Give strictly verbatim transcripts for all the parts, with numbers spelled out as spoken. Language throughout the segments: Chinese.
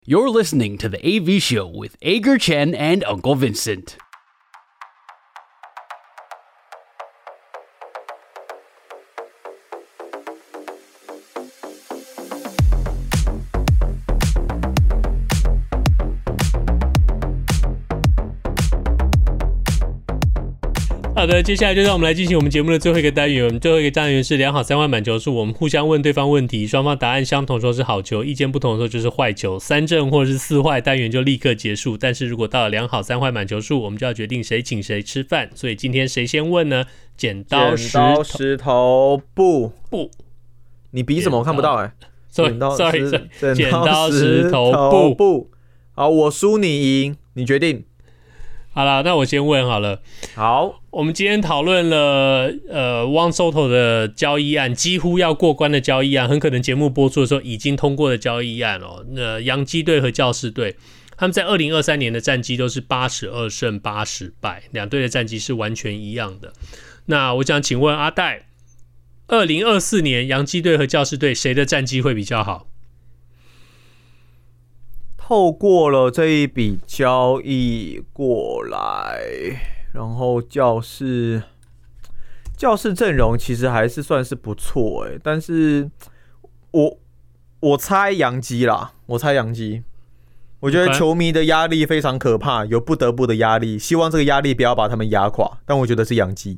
You're listening to The A V Show with Ager Chen and Uncle Vincent. 好的，接下来就让我们来进行我们节目的最后一个单元。我们最后一个单元是量好三坏满球数，我们互相问对方问题，双方答案相同的时候是好球，意见不同的时候就是坏球。三正或者是四坏单元就立刻结束。但是如果到了量好三坏满球数，我们就要决定谁请谁吃饭。所以今天谁先问呢？剪刀石头剪刀石头布布， 你比什么？我看不到哎、欸。 剪刀 sorry sorry， 剪刀石头布。好，我输你赢，你决定。 好了，那我先问好了。 好， 我们今天讨论了呃 Juan Soto 的交易案，几乎要过关的交易案，很可能节目播出的时候已经通过的交易案哦。那洋基队和教士队，他们在二零二三年的战绩都是八十二胜八十败，两队的战绩是完全一样的。那我想请问阿戴，二零二四年洋基队和教士队谁的战绩会比较好？ 透过了这一笔交易过来，然后教士教士阵容其实还是算是不错哎，但是我我猜洋基啦，我猜洋基。我觉得球迷的压力非常可怕，有不得不的压力，希望这个压力不要把他们压垮，但我觉得是洋基。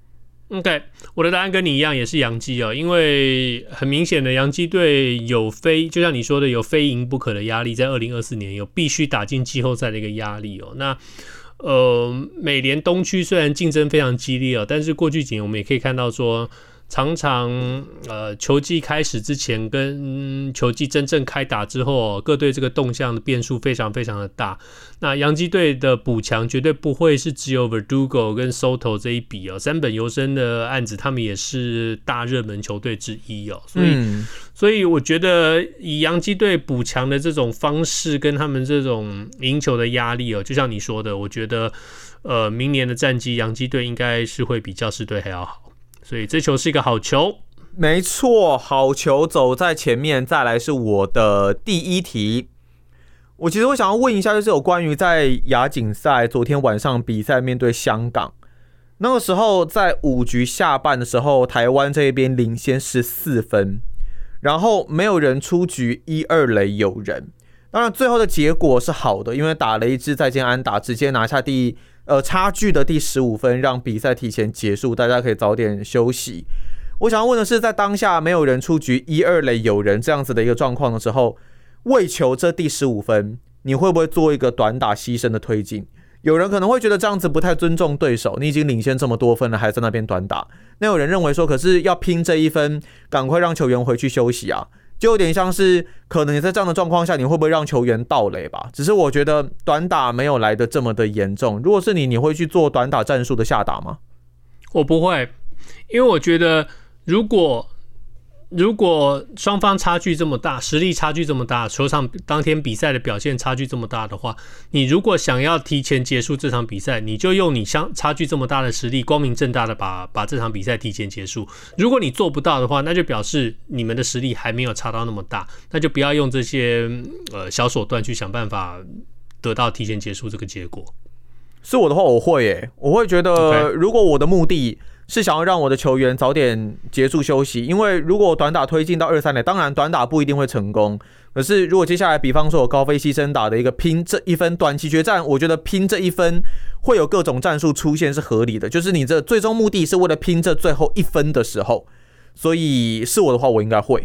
OK， 我的答案跟你一样，也是洋基哦，因为很明显的洋基队有非，就像你说的，有非赢不可的压力，在二零二四年有必须打进季后赛的一个压力哦。那呃，美联东区虽然竞争非常激烈哦，但是过去几年我们也可以看到说，常常呃球季开始之前跟、嗯、球季真正开打之后、哦，各队这个动向的变数非常非常的大。那洋基队的补强绝对不会是只有 Verdugo 跟 Soto 这一笔哦，三本游生的案子他们也是大热门球队之一哦，所以、嗯、所以我觉得以洋基队补强的这种方式跟他们这种赢球的压力哦，就像你说的，我觉得呃明年的战绩洋基队应该是会比教士队还要好，所以这球是一个好球。 没错，好球走在前面。再来是我的第一题。我其实我想要问一下，就是有关于在亚锦赛昨天晚上比赛面对香港，那个时候在五局下半的时候，台湾这边领先十四分，然后没有人出局，一二垒有人。当然最后的结果是好的，因为打了一支再见安打，直接拿下第呃差距的第十五分，让比赛提前结束，大家可以早点休息。我想要问的是，在当下没有人出局，一二垒有人这样子的一个状况的时候，为求这第十五分，你会不会做一个短打牺牲的推进？有人可能会觉得这样子不太尊重对手，你已经领先这么多分了，还在那边短打。那有人认为说，可是要拼这一分，赶快让球员回去休息啊，就有点像是可能你在这样的状况下，你会不会让球员盗垒吧？只是我觉得短打没有来得这么的严重。如果是你，你会去做短打战术的下打吗？ 我不会，因为我觉得如果如果双方差距这么大，实力差距这么大，球场当天比赛的表现差距这么大的话，你如果想要提前结束这场比赛，你就用你相差距这么大的实力，光明正大的把把这场比赛提前结束。如果你做不到的话，那就表示你们的实力还没有差到那么大，那就不要用这些呃小手段去想办法得到提前结束这个结果。 是我的话，我会耶，我会觉得，如果我的目的是想要让我的球员早点结束休息，因为如果短打推进到二三垒，当然短打不一定会成功。可是如果接下来，比方说有高飞牺牲打的一个拼这一分短期决战，我觉得拼这一分会有各种战术出现是合理的，就是你这最终目的是为了拼这最后一分的时候，所以是我的话，我应该会。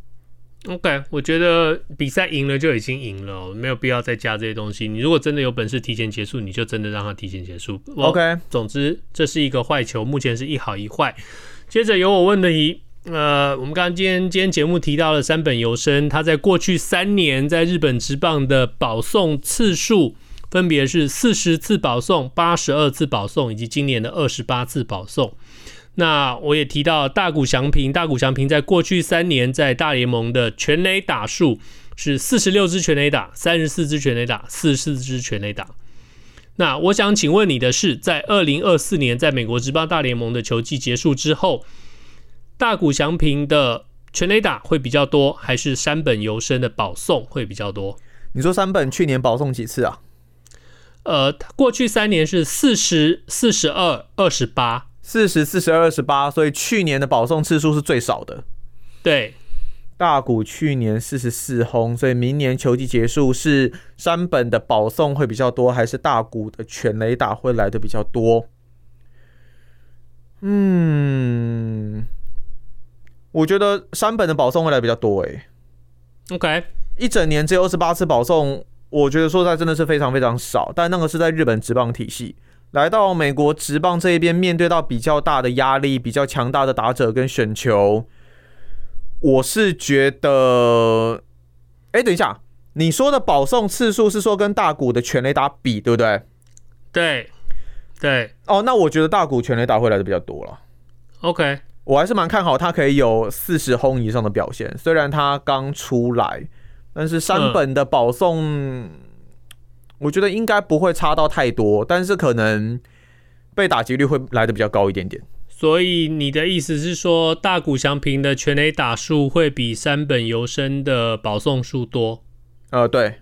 OK， 我觉得比赛赢了就已经赢了、哦，没有必要再加这些东西。你如果真的有本事提前结束，你就真的让它提前结束。 OK， 总之这是一个坏球，目前是一好一坏。接着由我问的题，呃，我们刚刚今天今天节目提到了山本由伸，他在过去三年在日本职棒的保送次数分别是四十次保送、八十二次保送以及今年的二十八次保送。那我也提到大谷翔平，大谷翔平在过去三年在大联盟的全垒打数是四十六支全垒打、三十四支全垒打、四十四支全垒打。那我想请问你的是，在二零二四年在美国职棒大联盟的球季结束之后，大谷翔平的全垒打会比较多，还是山本由伸的保送会比较多？ 你说山本去年保送几次啊？ 呃，过去三年是四十、四十二、二十八， 四十、四十二、二十八，所以去年的保送次数是最少的。 对， 大谷去年四十四轰，所以明年球季结束是山本的保送会比较多，还是大谷的全垒打会来的比较多？嗯，我觉得山本的保送会来比较多诶、欸。 OK， 一整年只有二十八次保送，我觉得说实在真的是非常非常少。但那个是在日本职棒体系，来到美国职棒这一边，面对到比较大的压力、比较强大的打者跟选球，我是觉得，哎，等一下，你说的保送次数是说跟大谷的全垒打比，对不对？ 对，对。 哦，那我觉得大谷全垒打会来的比较多了。 OK。 我还是蛮看好他可以有四十轰以上的表现，虽然他刚出来，但是山本的保送，嗯、我觉得应该不会差到太多，但是可能被打击率会来的比较高一点点。 所以你的意思是说，大谷翔平的全垒打数会比山本由伸的保送数多？ 呃，对。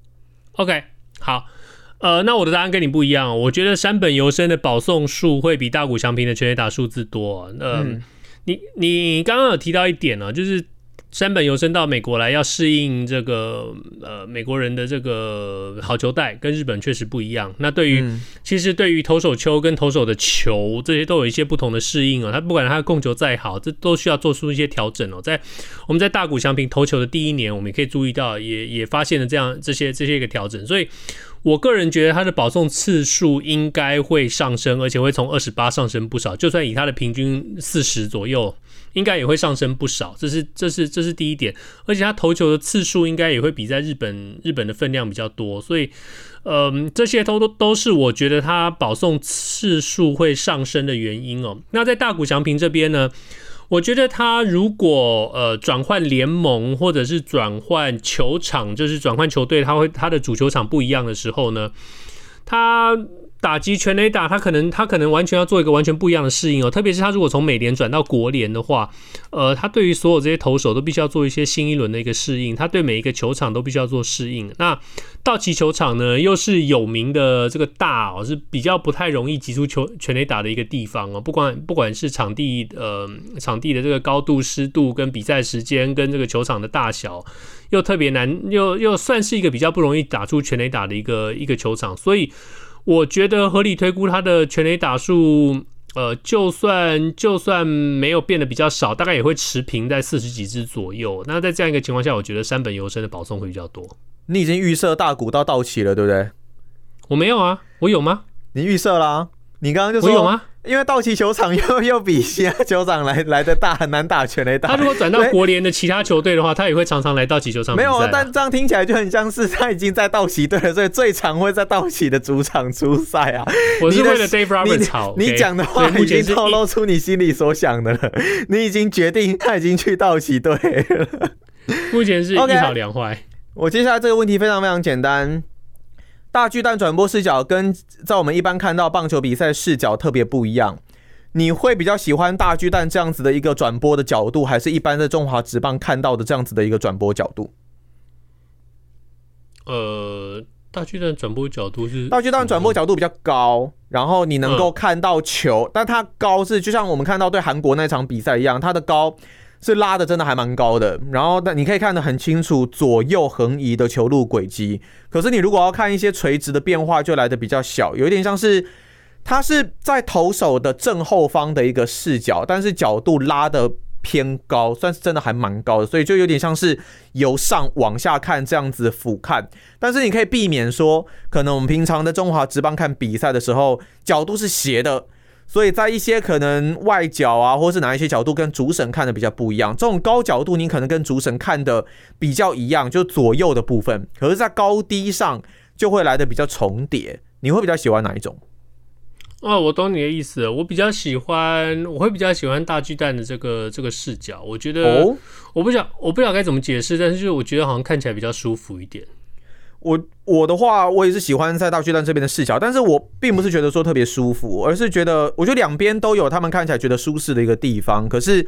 OK， 好。呃，那我的答案跟你不一样，我觉得山本由伸的保送数会比大谷翔平的全垒打数字多。呃、嗯，你你刚刚有提到一点呢，就是山本由伸到美国来要适应这个呃美国人的这个好球带，跟日本确实不一样。那对于、嗯、其实对于投手丘跟投手的球这些都有一些不同的适应哦。他不管他的控球再好，这都需要做出一些调整哦。在我们在大谷翔平投球的第一年，我们也可以注意到，也也发现了这样这些这些一个调整，所以。我个人觉得他的保送次数应该会上升，而且会从二十八上升不少。就算以他的平均四十左右，应该也会上升不少。这是这是这是第一点。而且他投球的次数应该也会比在日本日本的分量比较多，所以，嗯、呃，这些都都都是我觉得他保送次数会上升的原因哦。那在大谷翔平这边呢？我觉得他如果呃转换联盟或者是转换球场，就是转换球队，他会他的主球场不一样的时候呢，他打击全垒打，他可能他可能完全要做一个完全不一样的适应哦。特别是他如果从美联转到国联的话，呃，他对于所有这些投手都必须要做一些新一轮的一个适应，他对每一个球场都必须要做适应。那道奇球场呢，又是有名的这个大哦，是比较不太容易击出球全垒打的一个地方哦。不管不管是场地呃场地的这个高度、湿度跟比赛时间跟这个球场的大小，又特别难，又又算是一个比较不容易打出全垒打的一个一个球场，所以。我觉得合理推估他的全垒打数，呃，就算就算没有变得比较少，大概也会持平在四十几支左右。那在这样一个情况下，我觉得山本由伸的保送会比较多。 你已经预设大谷到道奇了，对不对？ 我没有啊，我有吗？ 你预设啦，你刚刚就说我有吗？ 因为道奇球场又又比其他球场来来的大，很难打全垒打。 他如果转到国联的其他球队的话，他也会常常来道奇球场比赛。 没有啊，但这样听起来就很像是他已经在道奇队了，所以最常会在道奇的主场出赛啊。 我是为了 Dave Roberts 好， 你讲、okay? 的话已经透露出你心里所想的了。你已经决定他已经去道奇队了。 目前是一好两坏。 Okay, 我接下来这个问题非常非常简单。大巨蛋转播视角跟在我们一般看到棒球比赛视角特别不一样，你会比较喜欢大巨蛋这样子的一个转播的角度，还是一般在中华职棒看到的这样子的一个转播角度？ 呃，大巨蛋转播角度是大巨蛋转播角度比较高，然后你能够看到球，嗯、但它高是就像我们看到对韩国那场比赛一样，它的高是拉的真的还蛮高的，然后你可以看得很清楚左右横移的球路轨迹。可是你如果要看一些垂直的变化，就来得比较小，有一点像是它是在投手的正后方的一个视角，但是角度拉得偏高，算是真的还蛮高的，所以就有点像是由上往下看这样子俯瞰。但是你可以避免说，可能我们平常的中华职棒看比赛的时候，角度是斜的。所以在一些可能外角啊，或是哪一些角度跟主审看的比较不一样，这种高角度你可能跟主审看的比较一样，就左右的部分，可是在高低上就会来的比较重叠。你会比较喜欢哪一种？ 哦，我懂你的意思了。我比较喜欢，我会比较喜欢大巨蛋的这个这个视角。我觉得，哦、我不晓我不晓该怎么解释，但是就是我觉得好像看起来比较舒服一点。 我我的话，我也是喜欢在大巨蛋这边的视角，但是我并不是觉得说特别舒服，而是觉得我觉得两边都有他们看起来觉得舒适的一个地方。可是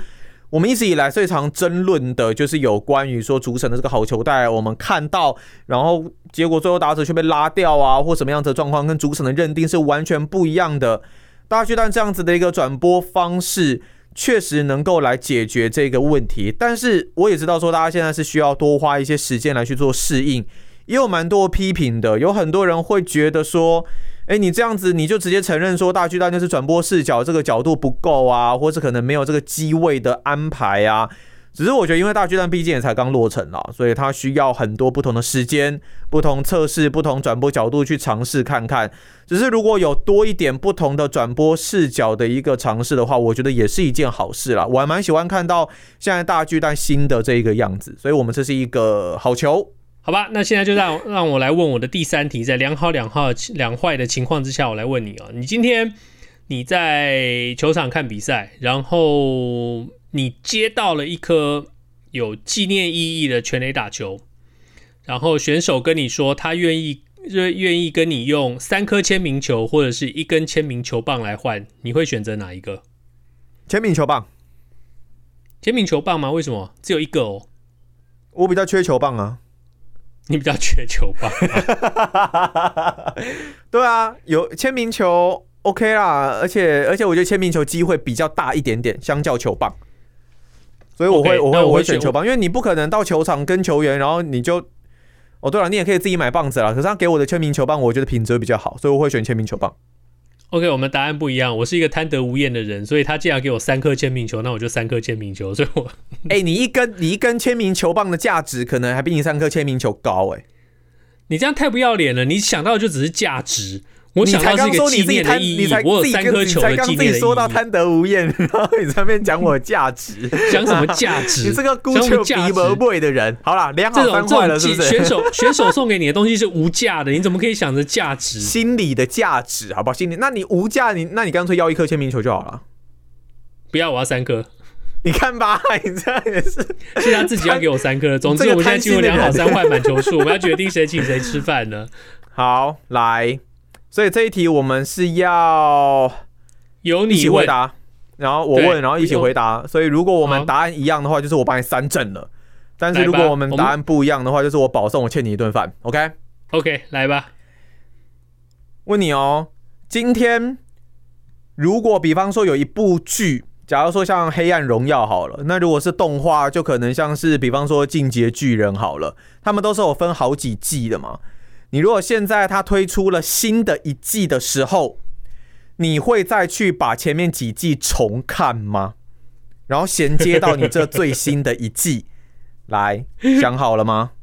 我们一直以来最常争论的就是有关于说主审的这个好球带，我们看到，然后结果最后打者却被拉掉啊，或什么样子的状况，跟主审的认定是完全不一样的。大巨蛋这样子的一个转播方式，确实能够来解决这个问题，但是我也知道说大家现在是需要多花一些时间来去做适应，也有蛮多批评的，有很多人会觉得说，哎，你这样子你就直接承认说大巨蛋就是转播视角这个角度不够啊，或是可能没有这个机位的安排啊。只是我觉得因为大巨蛋毕竟也才刚落成啦，所以它需要很多不同的时间、不同测试、不同转播角度去尝试看看。只是如果有多一点不同的转播视角的一个尝试的话，我觉得也是一件好事啦。我还蛮喜欢看到现在大巨蛋新的这一个样子，所以我们这是一个好球。 好吧，那现在就让让我来问我的第三题，在两好两好两坏的情况之下，我来问你啊，你今天你在球场看比赛，然后你接到了一颗有纪念意义的全垒打球，然后选手跟你说他愿意愿意跟你用三颗签名球或者是一根签名球棒来换，你会选择哪一个？ 签名球棒。 签名球棒吗？为什么只有一个哦？ 我比较缺球棒啊。 你比较缺球棒、 啊？对啊，有签名球 OK 啦，而且而且我觉得签名球机会比较大一点点，相较球棒。所以我会、okay, 我会我会选球棒，因为你不可能到球场跟球员，然后你就哦对了，你也可以自己买棒子啦。可是他给我的签名球棒，我觉得品质比较好，所以我会选签名球棒。 OK， 我们答案不一样。我是一个贪得无厌的人，所以他既然给我三颗签名球，那我就三颗签名球。所以我， 哎、欸，你一根你一根签名球棒的价值，可能还比你三颗签名球高哎、欸。 你这样太不要脸了！你想到的就只是价值。我想到是一个纪念的意义，我有三颗球的纪念的意义。 你才刚自己说到贪得无厌，然后你在那边讲我价值， 讲什么价值？ 你这个孤丘鼻毛背的人。好啦，两好三坏了，是不是？ 选手选手送给你的东西是无价的，你怎么可以想着价值？ 心理的价值，好不好？心理，那你无价，你那你干脆要一颗签名球就好了。 不要，我要三颗。 你看吧，你这样也是， 是他自己要给我三颗。总之，我们现在进入两好三坏满球数，我们要决定谁请谁吃饭呢？ 好，来。所以这一题我们是要由你一起回答，然后我问，然后一起回答。所以如果我们答案一样的话，就是我帮你三振了；但是如果我们答案不一样的话，就是我保送我欠你一顿饭。OK？OK，、 okay? 来吧。 问你哦，今天如果比方说有一部剧，假如说像《黑暗荣耀》好了，那如果是动画，就可能像是比方说《进击的巨人》好了，他们都是有分好几季的嘛。你如果现在他推出了新的一季的时候，你会再去把前面几季重看吗？然后衔接到你这最新的一季，来，想好了吗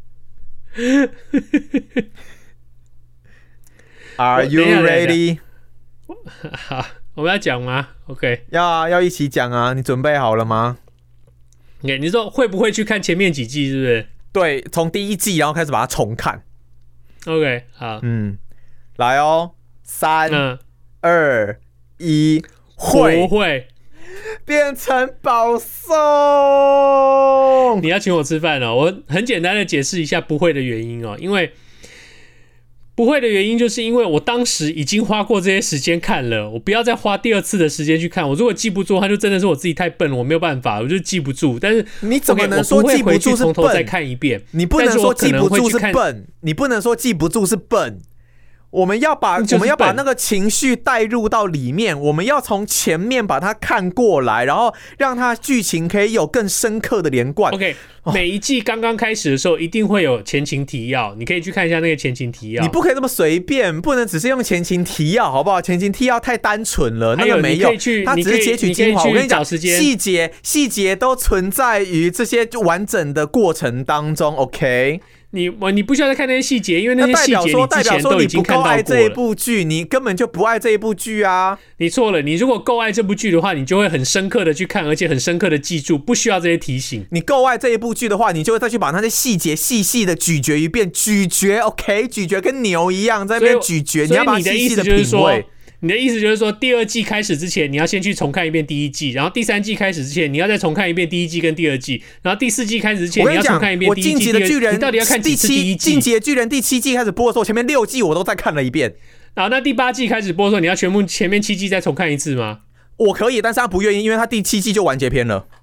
？Are you ready？ 好，我们要讲吗 ？OK， 要啊，要一起讲啊！你准备好了吗 ？OK， 你说会不会去看前面几季？是不是？ 对，从第一季然后开始把它重看。 OK， 好， 嗯，来哦，三、嗯、二、一，会不会变成保送？ 你要请我吃饭哦！我很简单的解释一下不会的原因哦，因为不会的原因就是因为我当时已经花过这些时间看了，我不要再花第二次的时间去看。我如果记不住，它就真的是我自己太笨了，我没有办法，我就记不住。但是你怎么能说记不住是笨？ 从头再看一遍， 你不能说记不住是笨，你不能说记不住是笨。我们要把我们要把那个情绪带入到里面，我们要从前面把它看过来，然后让它剧情可以有更深刻的连贯。 OK，、哦、每一季刚刚开始的时候，一定会有前情提要，你可以去看一下那个前情提要。 你不可以这么随便，不能只是用前情提要，好不好？前情提要太单纯了，那个没有，它只是截取精华。我跟你讲，细节细节都存在于这些完整的过程当中。OK。 你你不需要再看那些细节，因为那些细节你之前都已经看到过了。代表说你不够爱这一部剧，你根本就不爱这一部剧啊！ 你错了，你如果够爱这部剧的话，你就会很深刻的去看，而且很深刻的记住，不需要这些提醒。 你够爱这一部剧的话，你就会再去把那些细节细细的咀嚼一遍，咀嚼 OK， 咀嚼跟牛一样在那边咀嚼，你要把它细细的品味。 你的意思就是说，第二季开始之前，你要先去重看一遍第一季，然后第三季开始之前，你要再重看一遍第一季跟第二季，然后第四季开始之前，你要重看一遍第一季。 我进击的巨人， 你到底要看几次第一季？ 进击的巨人第七季开始播的时候，前面六季我都再看了一遍。 然后那第八季开始播的时候，你要全部前面七季再重看一次吗？ 我可以，但是他不愿意，因为他第七季就完结篇了。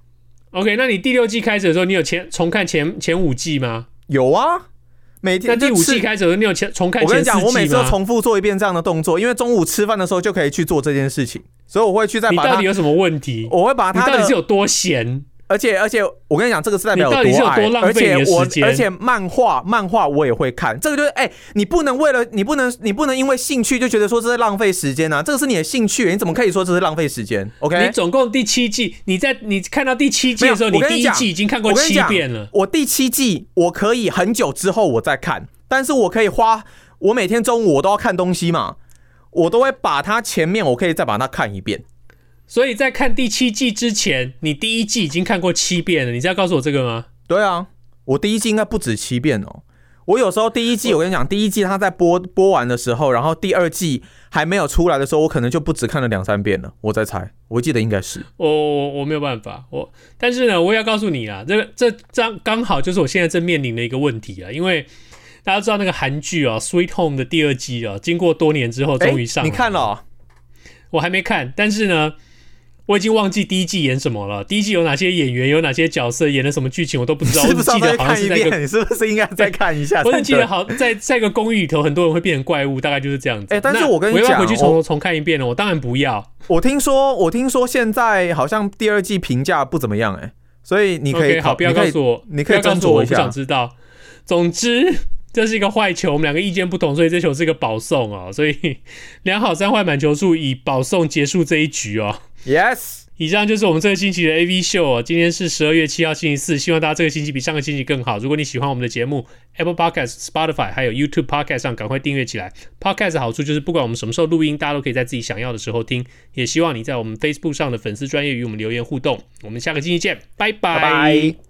OK， 那你第六季开始的时候，你有前重看前前五季吗？ 有啊，每天那第五季开始的时候，你有前重看前四季吗？ 我跟你讲，我每次都重复做一遍这样的动作，因为中午吃饭的时候就可以去做这件事情，所以我会去再把它。 你到底有什么问题？ 我会把它的。 你到底是有多闲？ 而且而且，我跟你讲，这个是代表有多爱， 你到底是有多浪费你的时间？ 而且我而且漫画漫画我也会看，这个就是哎、欸，你不能为了你不能你不能因为兴趣就觉得说这是浪费时间啊，这个是你的兴趣，你怎么可以说这是浪费时间 ？OK？ 你总共第七季，你在你看到第七季的时候，你第一季已经看过七遍了。 我第七季我可以很久之后我再看，但是我可以花我每天中午我都要看东西嘛，我都会把它前面我可以再把它看一遍。 所以在看第七季之前，你第一季已经看过七遍了，你是要告诉我这个吗？ 对啊，我第一季应该不止七遍哦。我有时候第一季，我跟你讲，第一季它在播播完的时候，然后第二季还没有出来的时候，我可能就不止看了两三遍了。我在猜，我记得应该是。 我我我没有办法，我但是呢，我也要告诉你啦，这个这这刚好就是我现在正面临的一个问题啊，因为大家知道那个韩剧啊，《Sweet Home》的第二季啊，经过多年之后终于上了。 你看了、哦？ 我还没看，但是呢。我已经忘记第一季演什么了，第一季有哪些演员，有哪些角色，演了什么剧情，我都不知道。 是不是要我只记得好像是在一个， 你是不是应该再看一下？ 我只记得好在在一个公寓里头，很多人会变成怪物，大概就是这样子。 哎、欸，但是我跟你讲， 我要回去重重看一遍了，我当然不要。 我听说，我听说现在好像第二季评价不怎么样、欸，哎，所以你可以 okay, 好，不要告诉我， 你可以告诉我，我不想知道。总之。这是一个坏球，我们两个意见不同，所以这球是一个保送哦。所以两好三坏满球数以保送结束这一局哦。 Yes， 以上就是我们这个星期的 A V 秀哦。今天是十二月七号星期四，希望大家这个星期比上个星期更好。如果你喜欢我们的节目 ，Apple Podcast、Spotify 还有 YouTube Podcast 上赶快订阅起来。Podcast 的好处就是不管我们什么时候录音，大家都可以在自己想要的时候听。也希望你在我们 Facebook 上的粉丝专页与我们留言互动。我们下个星期见，拜拜。 拜拜。